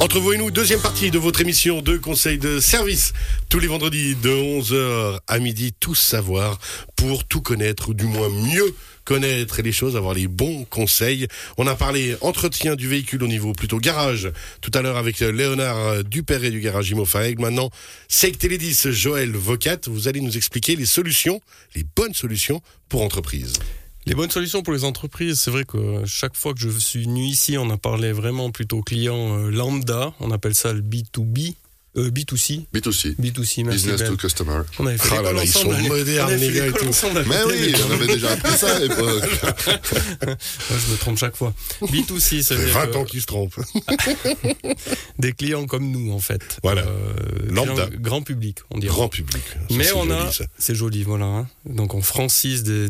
Entre vous et nous, deuxième partie de votre émission de conseils de service. Tous les vendredis de 11h à midi, tout savoir pour tout connaître, ou du moins mieux connaître les choses, avoir les bons conseils. On a parlé entretien du véhicule au niveau plutôt garage, tout à l'heure avec Léonard Dupéré du garage Imofaeg. Maintenant, Seik Télédis, Joël Vocat, vous allez nous expliquer les solutions, les bonnes solutions pour entreprises. Les bonnes solutions pour les entreprises, c'est vrai que chaque fois que je suis venu ici, on a parlé vraiment plutôt client lambda, on appelle ça le B2B. B2C. B2C, merci. Business to Customer. On avait fait l'école ensemble. Ils sont modernes, les gars et tout. Mais oui, on avait déjà appris ça à l'époque. Je me trompe chaque fois. B2C, ça veut dire 20 ans qu'ils se trompent. Des clients comme nous, en fait. Voilà. Lambda. Grand public, on dirait. Grand public. Ça, mais c'est on joli, a, ça. c'est joli, voilà. Hein. Donc on francise des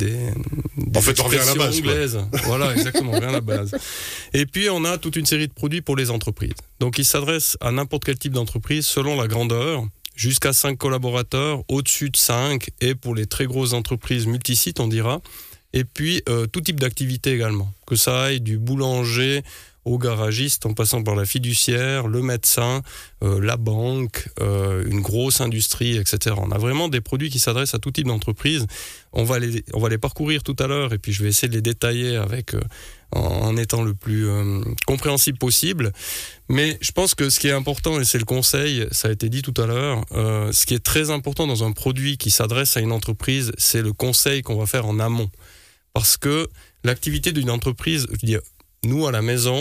En fait, on revient à la base, anglaises. Voilà, exactement, on revient à la base. Et puis on a toute une série de produits pour les entreprises. Donc ils s'adressent à n'importe quel type d'entreprise selon la grandeur, jusqu'à 5 collaborateurs, au-dessus de 5, et pour les très grosses entreprises multisites, on dira. Et puis tout type d'activité également, que ça aille du boulanger au garagiste, en passant par la fiduciaire, le médecin, la banque, une grosse industrie, etc. On a vraiment des produits qui s'adressent à tout type d'entreprise. On va les parcourir tout à l'heure, et puis je vais essayer de les détailler avec en étant le plus compréhensible possible. Mais je pense que ce qui est important, et c'est le conseil, ça a été dit tout à l'heure, ce qui est très important dans un produit qui s'adresse à une entreprise, c'est le conseil qu'on va faire en amont. Parce que l'activité d'une entreprise, je veux dire, nous, à la maison,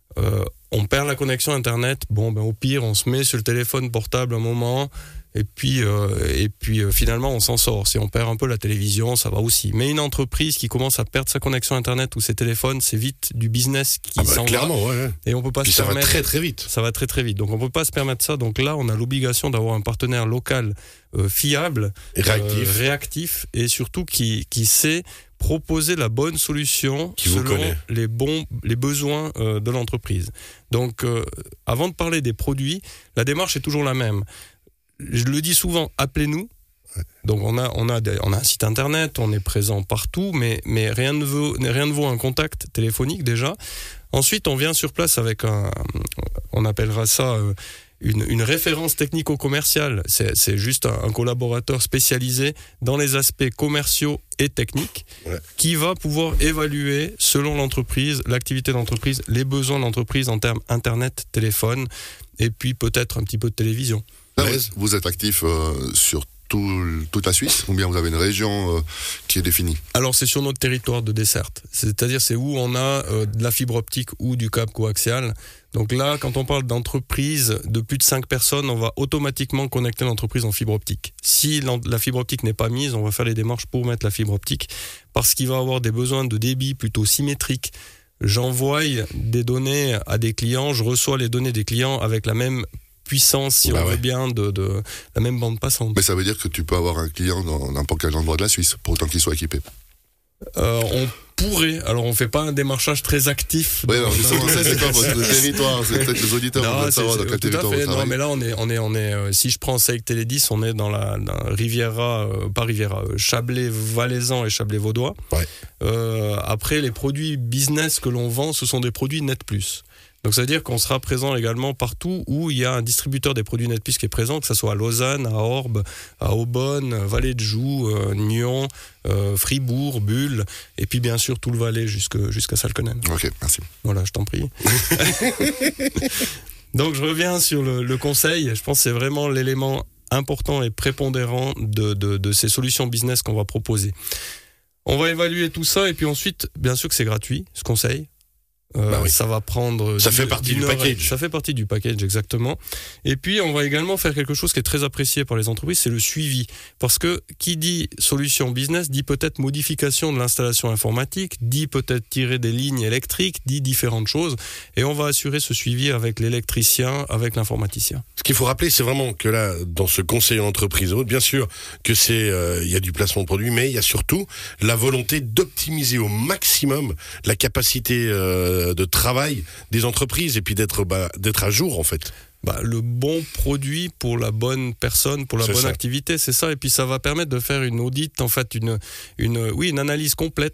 on perd la connexion Internet. Bon, au pire, on se met sur le téléphone portable un moment, et puis finalement, on s'en sort. Si on perd un peu la télévision, ça va aussi. Mais une entreprise qui commence à perdre sa connexion Internet ou ses téléphones, c'est vite du business qui s'en clairement, va. Ouais. Et on peut pas puis se ça permettre. va très très vite. Ça va très très vite. Donc on peut pas se permettre ça. Donc là, on a l'obligation d'avoir un partenaire local fiable, Et réactif, et surtout qui sait proposer la bonne solution Qui vous selon connaît. les besoins de l'entreprise. Donc, avant de parler des produits, la démarche est toujours la même. Je le dis souvent, appelez-nous. Ouais. Donc, on a un site internet, on est présent partout, mais rien ne vaut un contact téléphonique déjà. Ensuite, on vient sur place avec on appellera ça une référence technico-commerciale. C'est juste un collaborateur spécialisé dans les aspects commerciaux et techniques, qui va pouvoir évaluer, selon l'entreprise, l'activité d'entreprise, les besoins de l'entreprise en termes internet, téléphone, et puis peut-être un petit peu de télévision. Là, vous êtes actif sur toute la Suisse, ou bien vous avez une région qui est définie? Alors c'est sur notre territoire de desserte, c'est-à-dire c'est où on a de la fibre optique ou du câble coaxial. Donc là, quand on parle d'entreprise de plus de 5 personnes, on va automatiquement connecter l'entreprise en fibre optique. Si la fibre optique n'est pas mise, on va faire les démarches pour mettre la fibre optique, parce qu'il va avoir des besoins de débit plutôt symétriques. J'envoie des données à des clients, je reçois les données des clients avec la même puissance, si on veut bien, de la même bande passante. Mais ça veut dire que tu peux avoir un client dans n'importe quel endroit de la Suisse, pour autant qu'il soit équipé. On pourrait, alors on fait pas un démarchage très actif. Oui, justement, c'est quoi votre territoire? C'est peut-être les auditeurs qui veulent savoir dans quel territoire vous travaillez. Non, mais là on est si je prends Seik Télédis, on est dans la Riviera, pas Riviera, Chablais valaisan et Chablais vaudois. Ouais. Après, les produits business que l'on vend, ce sont des produits Net+. Donc ça veut dire qu'on sera présent également partout où il y a un distributeur des produits Net+ qui est présent, que ce soit à Lausanne, à Orbe, à Aubonne, Vallée de Joux, Nyon, Fribourg, Bulle, et puis bien sûr tout le Valais jusqu'à Salconen. Ok, merci. Voilà, je t'en prie. Donc je reviens sur le conseil. Je pense que c'est vraiment l'élément important et prépondérant de ces solutions business qu'on va proposer. On va évaluer tout ça, et puis ensuite, bien sûr que c'est gratuit, ce conseil. Ça va prendre... Ça fait partie du package. Ça fait partie du package, exactement. Et puis, on va également faire quelque chose qui est très apprécié par les entreprises, c'est le suivi. Parce que qui dit solution business, dit peut-être modification de l'installation informatique, dit peut-être tirer des lignes électriques, dit différentes choses. Et on va assurer ce suivi avec l'électricien, avec l'informaticien. Ce qu'il faut rappeler, c'est vraiment que là, dans ce conseil en entreprise, bien sûr que il y a du placement de produits, mais il y a surtout la volonté d'optimiser au maximum la capacité de travail des entreprises, et puis d'être à jour en fait. Le bon produit pour la bonne personne, pour la bonne activité, c'est ça. Et puis ça va permettre de faire une audit, en fait, une analyse complète de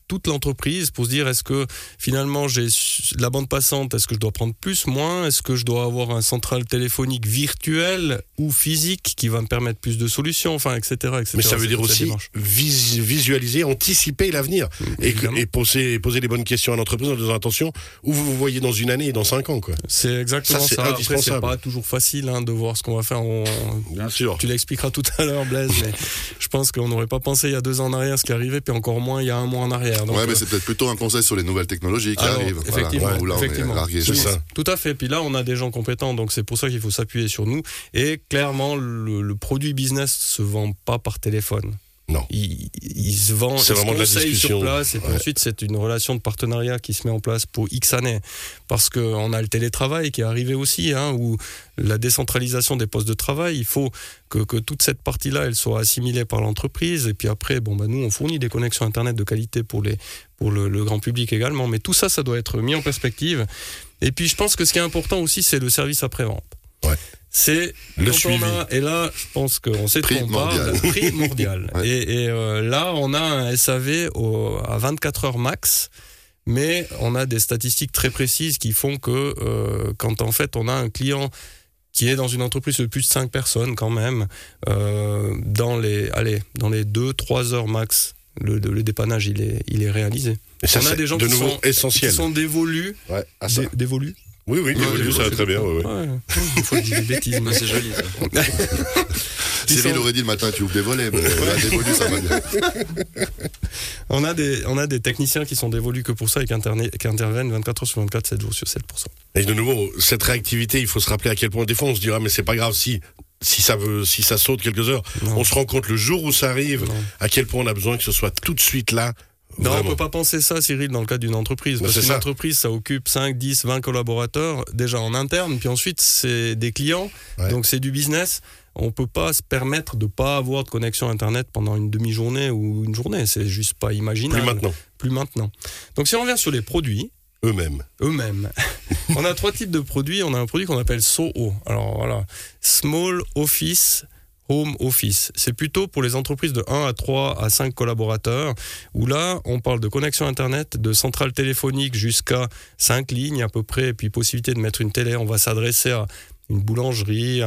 toute l'entreprise pour se dire est-ce que finalement j'ai la bande passante, est-ce que je dois prendre plus, moins, est-ce que je dois avoir un central téléphonique virtuel ou physique qui va me permettre plus de solutions, enfin, etc. Mais ça veut dire aussi visualiser, anticiper l'avenir et poser les bonnes questions à l'entreprise en disant attention, où vous vous voyez dans une année et dans 5 ans, quoi. C'est exactement ça. Après, c'est pas toujours facile de voir ce qu'on va faire. Bien sûr. Tu l'expliqueras tout à l'heure, Blaise, mais je pense qu'on n'aurait pas pensé il y a 2 ans en arrière ce qui arrivait, puis encore moins il y a 1 mois en arrière. Donc, mais c'est peut-être plutôt un conseil sur les nouvelles technologies qui arrivent. Effectivement, voilà, effectivement. C'est ça. Tout à fait. Puis là, on a des gens compétents, donc c'est pour ça qu'il faut s'appuyer sur nous. Et clairement, le produit business se vend pas par téléphone. Non. Il se vend, c'est vraiment de la discussion sur place, et puis ensuite c'est une relation de partenariat qui se met en place pour X années, parce qu'on a le télétravail qui est arrivé aussi, ou la décentralisation des postes de travail. Il faut que toute cette partie-là, elle soit assimilée par l'entreprise, et puis après, nous on fournit des connexions internet de qualité pour le grand public également, mais tout ça, ça doit être mis en perspective. Et puis je pense que ce qui est important aussi, c'est le service après-vente. Ouais. C'est le suivi. Et là, je pense qu'on sait de quoi on parle. Primordial. Ouais. Et là, on a un SAV à 24 heures max, mais on a des statistiques très précises qui font que quand en fait on a un client qui est dans une entreprise de plus de 5 personnes quand même, dans les 2-3 heures max, le dépannage il est réalisé. Et ça, on a des gens qui sont dévolus. Ouais, à ça. Dévolus. Oui, dévolus, ça va très bien. Ouais. Il faut dire des bêtises, mais c'est joli ça. Cyril aurait dit le matin tu ouvres des volets, mais là, dévolus, ça va bien. On a des techniciens qui sont dévolus que pour ça et qui interviennent 24 heures sur 24, 7 jours sur 7 pour ça. Et de nouveau, cette réactivité, il faut se rappeler à quel point des fois on se dira mais c'est pas grave si ça saute quelques heures. Non. On se rend compte le jour où ça arrive à quel point on a besoin que ce soit tout de suite là. Non, vraiment. On peut pas penser ça, Cyril, dans le cadre d'une entreprise. Parce qu'une entreprise, ça occupe 5, 10, 20 collaborateurs, déjà en interne, puis ensuite, c'est des clients, donc c'est du business. On peut pas se permettre de pas avoir de connexion Internet pendant une demi-journée ou une journée. C'est juste pas imaginable. Plus maintenant. Donc si on revient sur les produits, eux-mêmes. On a 3 types de produits. On a un produit qu'on appelle SOHO. Alors voilà, Small Office Home Office. C'est plutôt pour les entreprises de 1 à 3 à 5 collaborateurs, où là, on parle de connexion Internet, de centrale téléphonique jusqu'à 5 lignes à peu près, et puis possibilité de mettre une télé. On va s'adresser à une boulangerie,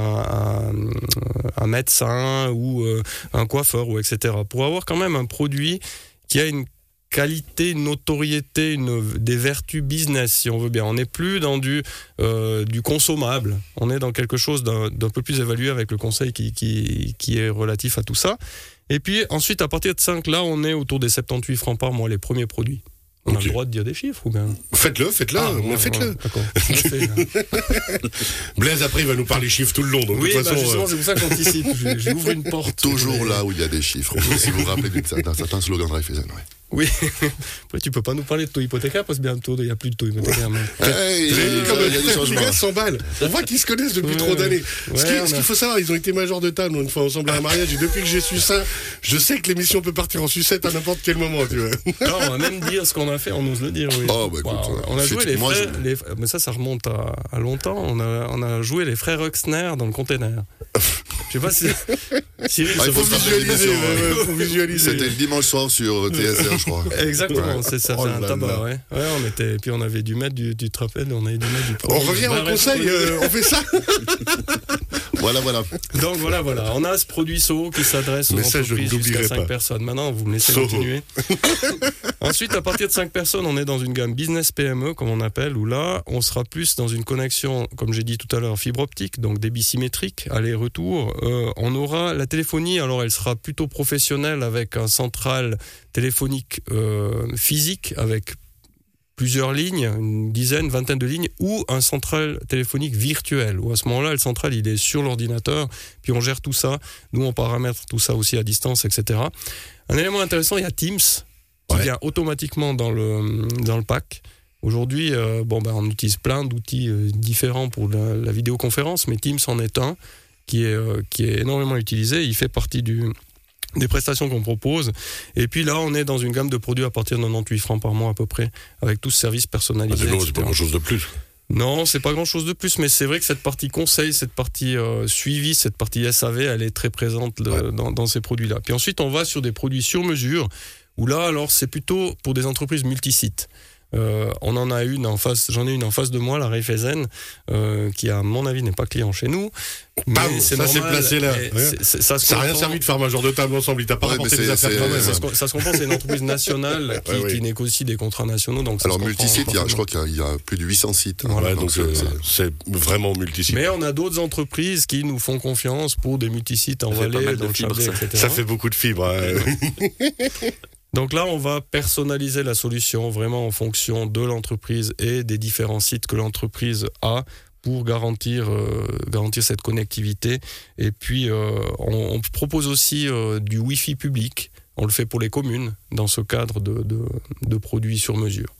un médecin ou un coiffeur, ou etc. Pour avoir quand même un produit qui a une qualité, une notoriété, des vertus business, si on veut bien. On n'est plus dans du consommable. On est dans quelque chose d'un peu plus évalué avec le conseil qui est relatif à tout ça. Et puis ensuite, à partir de 5, là, on est autour des 78 francs par mois, les premiers produits. On a le droit de dire des chiffres ou bien? Faites-le. Faites-le. D'accord. Blaise, après, il va nous parler chiffres tout le long. Donc, oui, de toute façon, justement, c'est pour ça qu'on anticipe. J'ouvre une porte. Toujours là où il y a des chiffres. Si vous vous rappelez d'un certain slogan de Raiffeisen, Oui. Après, tu peux pas nous parler de taux hypothécaire parce que bientôt, il n'y a plus de taux hypothécaire. Il y a des changements. Les gars s'emballent. On voit qu'ils se connaissent depuis trop d'années. Ce qu'il faut savoir, ils ont été majors de table une fois ensemble à un mariage. Et depuis que j'ai su ça, je sais que l'émission peut partir en sucette à n'importe quel moment. Tu vois. Non, on va même dire ce qu'on a fait, on ose le dire. Oui. Oh, bah, écoute, on a joué les frères. Mais ça remonte à longtemps. On a joué les frères Ruxner dans le container. Je sais pas si. Cyril, il faut visualiser. C'était le dimanche soir sur TSR, je crois. Exactement, c'est ça, c'est un tabac, ouais. Puis on avait dû mettre du trapèze, on avait dû mettre du produit. On revient au conseil, on fait ça. Voilà. Donc voilà. On a ce produit SOHO qui s'adresse aux entreprises jusqu'à 5 personnes. Maintenant, vous me laissez continuer. Ensuite, à partir de 5 personnes, on est dans une gamme business PME, comme on appelle, où là, on sera plus dans une connexion, comme j'ai dit tout à l'heure, fibre optique, donc débit symétrique, aller-retour. On aura la téléphonie, alors elle sera plutôt professionnelle avec un central téléphonique physique, avec plusieurs lignes, une dizaine, vingtaine de lignes, ou un central téléphonique virtuel, où à ce moment-là, le central, il est sur l'ordinateur, puis on gère tout ça. Nous, on paramètre tout ça aussi à distance, etc. Un élément intéressant, il y a Teams, qui vient automatiquement dans le pack. Aujourd'hui, on utilise plein d'outils différents pour la vidéoconférence, mais Teams en est un qui est énormément utilisé. Il fait partie des prestations qu'on propose. Et puis là, on est dans une gamme de produits à partir de 98 francs par mois à peu près, avec tout ce service personnalisé. C'est pas grand-chose de plus. Non, c'est pas grand-chose de plus, mais c'est vrai que cette partie conseil, cette partie suivi, cette partie SAV, elle est très présente dans ces produits-là. Puis ensuite, on va sur des produits sur mesure, Où là, alors, c'est plutôt pour des entreprises multisites. On en a une en face, j'en ai une en face de moi, la Raiffeisen, qui à mon avis n'est pas client chez nous. Bam, Mais c'est ça normal, s'est placé là. Ça n'a rien servi de faire un genre de table ensemble. Il t'a pas rapporté des affaires quand même. Ça se comprend, c'est une entreprise nationale qui négocie des contrats nationaux. Donc alors multisite, je crois qu'il y a plus de 800 sites. Voilà, donc c'est vraiment multisite. Mais on a d'autres entreprises qui nous font confiance pour des multisites en Valais, dans le Chablais, etc. Ça fait beaucoup de fibres. Donc là, on va personnaliser la solution vraiment en fonction de l'entreprise et des différents sites que l'entreprise a pour garantir cette connectivité. Et puis, on propose aussi du Wi-Fi public. On le fait pour les communes dans ce cadre de produits sur mesure.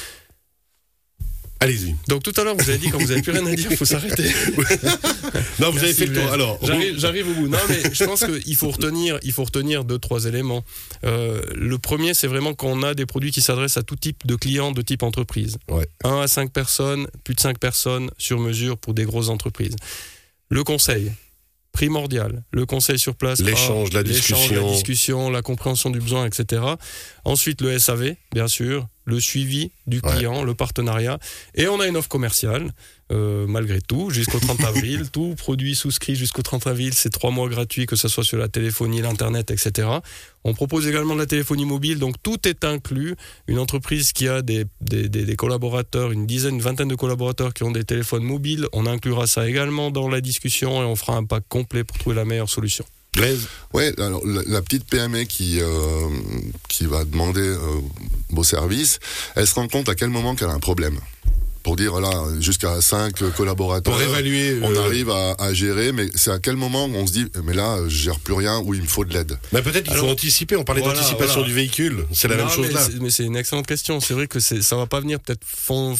Allez-y. Donc tout à l'heure, vous avez dit quand vous n'avez plus rien à dire, il faut s'arrêter. Non, vous avez fait le tour. Alors, j'arrive au bout. Non, mais je pense qu'il faut retenir 2-3 éléments. Le premier, c'est vraiment qu'on a des produits qui s'adressent à tout type de clients, de type entreprise. 1 à 5 personnes, plus de 5 personnes sur mesure pour des grosses entreprises. Le conseil, primordial. Le conseil sur place. L'échange, la discussion, la compréhension du besoin, etc. Ensuite, le SAV, bien sûr. Le suivi du client, le partenariat. Et on a une offre commerciale, malgré tout, jusqu'au 30 avril. Tout produit souscrit jusqu'au 30 avril, c'est 3 mois gratuits, que ce soit sur la téléphonie, l'Internet, etc. On propose également de la téléphonie mobile, donc tout est inclus. Une entreprise qui a des collaborateurs, une vingtaine de collaborateurs qui ont des téléphones mobiles, on inclura ça également dans la discussion et on fera un pack complet pour trouver la meilleure solution. Ouais, alors la petite PME qui va demander vos services, elle se rend compte à quel moment qu'elle a un problème. Pour dire, voilà, jusqu'à 5 collaborateurs, pour évaluer, on arrive à gérer, mais c'est à quel moment on se dit, mais là, je gère plus rien, ou il me faut de l'aide. Mais peut-être qu'il faut anticiper, on parlait d'anticipation du véhicule, c'est la même chose là. Mais c'est une excellente question, c'est vrai que ça va pas venir peut-être,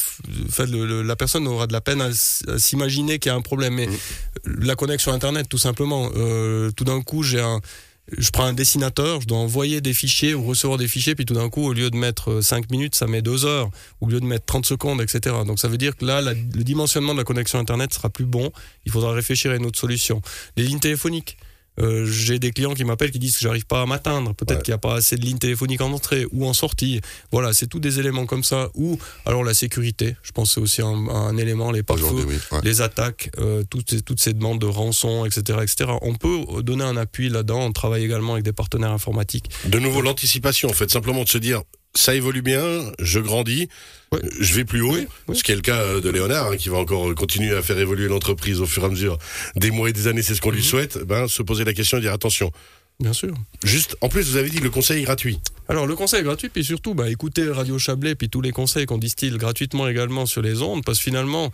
la personne aura de la peine à s'imaginer qu'il y a un problème, mais la connexion Internet, tout simplement, tout d'un coup, je prends un dessinateur, je dois envoyer des fichiers ou recevoir des fichiers, puis tout d'un coup, au lieu de mettre 5 minutes, ça met 2 heures, au lieu de mettre 30 secondes, etc. Donc ça veut dire que là, le dimensionnement de la connexion Internet sera plus bon, il faudra réfléchir à une autre solution. Les lignes téléphoniques. J'ai des clients qui m'appellent qui disent que j'arrive pas à m'atteindre, peut-être qu'il n'y a pas assez de lignes téléphoniques en entrée ou en sortie. Voilà, c'est tous des éléments comme ça. Ou alors la sécurité, je pense que c'est aussi un élément, les pare-feux, les attaques, toutes ces demandes de rançon, etc., etc. On peut donner un appui là-dedans, on travaille également avec des partenaires informatiques. De nouveau, l'anticipation, en fait, simplement de se dire, ça évolue bien, je grandis, je vais plus haut, ce qui est le cas de Léonard, qui va encore continuer à faire évoluer l'entreprise au fur et à mesure des mois et des années, c'est ce qu'on lui souhaite, se poser la question et dire attention. Bien sûr. Juste, en plus, vous avez dit le conseil est gratuit. Alors, le conseil est gratuit, puis surtout, écoutez Radio Chablais, puis tous les conseils qu'on distille gratuitement également sur les ondes, parce que finalement,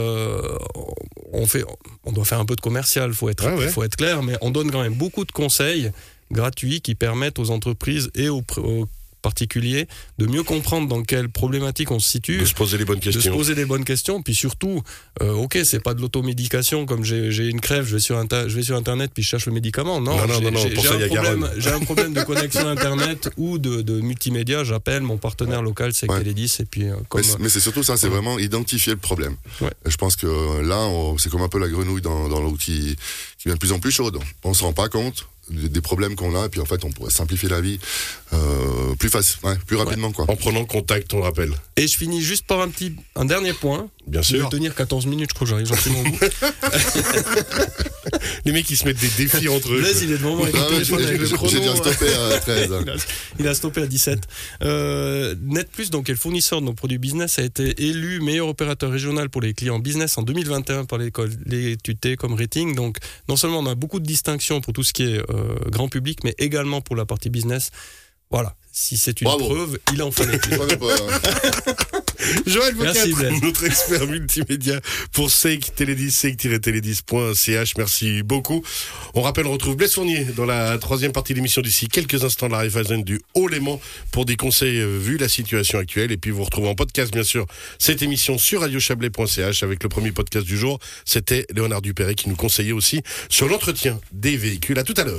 on doit faire un peu de commercial, faut être clair, mais on donne quand même beaucoup de conseils gratuits qui permettent aux entreprises et aux particulier, de mieux comprendre dans quelle problématique on se situe, de se poser les bonnes questions, puis surtout, c'est pas de l'automédication, comme j'ai une crève, je vais sur Internet puis je cherche le médicament. Non, j'ai un problème de connexion Internet ou de multimédia, j'appelle mon partenaire local, c'est Télédis, et puis mais c'est surtout ça, c'est vraiment identifier le problème. Je pense que là, c'est comme un peu la grenouille dans l'eau qui devient de plus en plus chaude. On se rend pas compte des problèmes qu'on a, et puis en fait on pourrait simplifier la vie plus rapidement quoi. En prenant contact, on le rappelle. Et je finis juste par un dernier point. Bien sûr. Je vais tenir 14 minutes, je crois que j'arrive gentiment au bout. Les mecs qui se mettent des défis entre eux. Là, il est devant moi avec le téléphone, avec le chrono. J'ai déjà stoppé à 13. Il a stoppé à 17. NetPlus, donc, qui est le fournisseur de nos produits business, a été élu meilleur opérateur régional pour les clients business en 2021 par les TUT comme rating. Donc, non seulement on a beaucoup de distinctions pour tout ce qui est grand public, mais également pour la partie business. Voilà. Si c'est une preuve, il en fallait plus. Joël Vocat, notre expert multimédia pour Seik Télédis, seik-télédis.ch. Merci beaucoup. On rappelle, on retrouve Blaise Fournier dans la troisième partie de l'émission d'ici quelques instants de la Raiffeisen du Haut-Léman pour des conseils vu la situation actuelle. Et puis vous retrouvez en podcast, bien sûr, cette émission sur radiochablais.ch avec le premier podcast du jour. C'était Léonard Dupéret qui nous conseillait aussi sur l'entretien des véhicules. À tout à l'heure.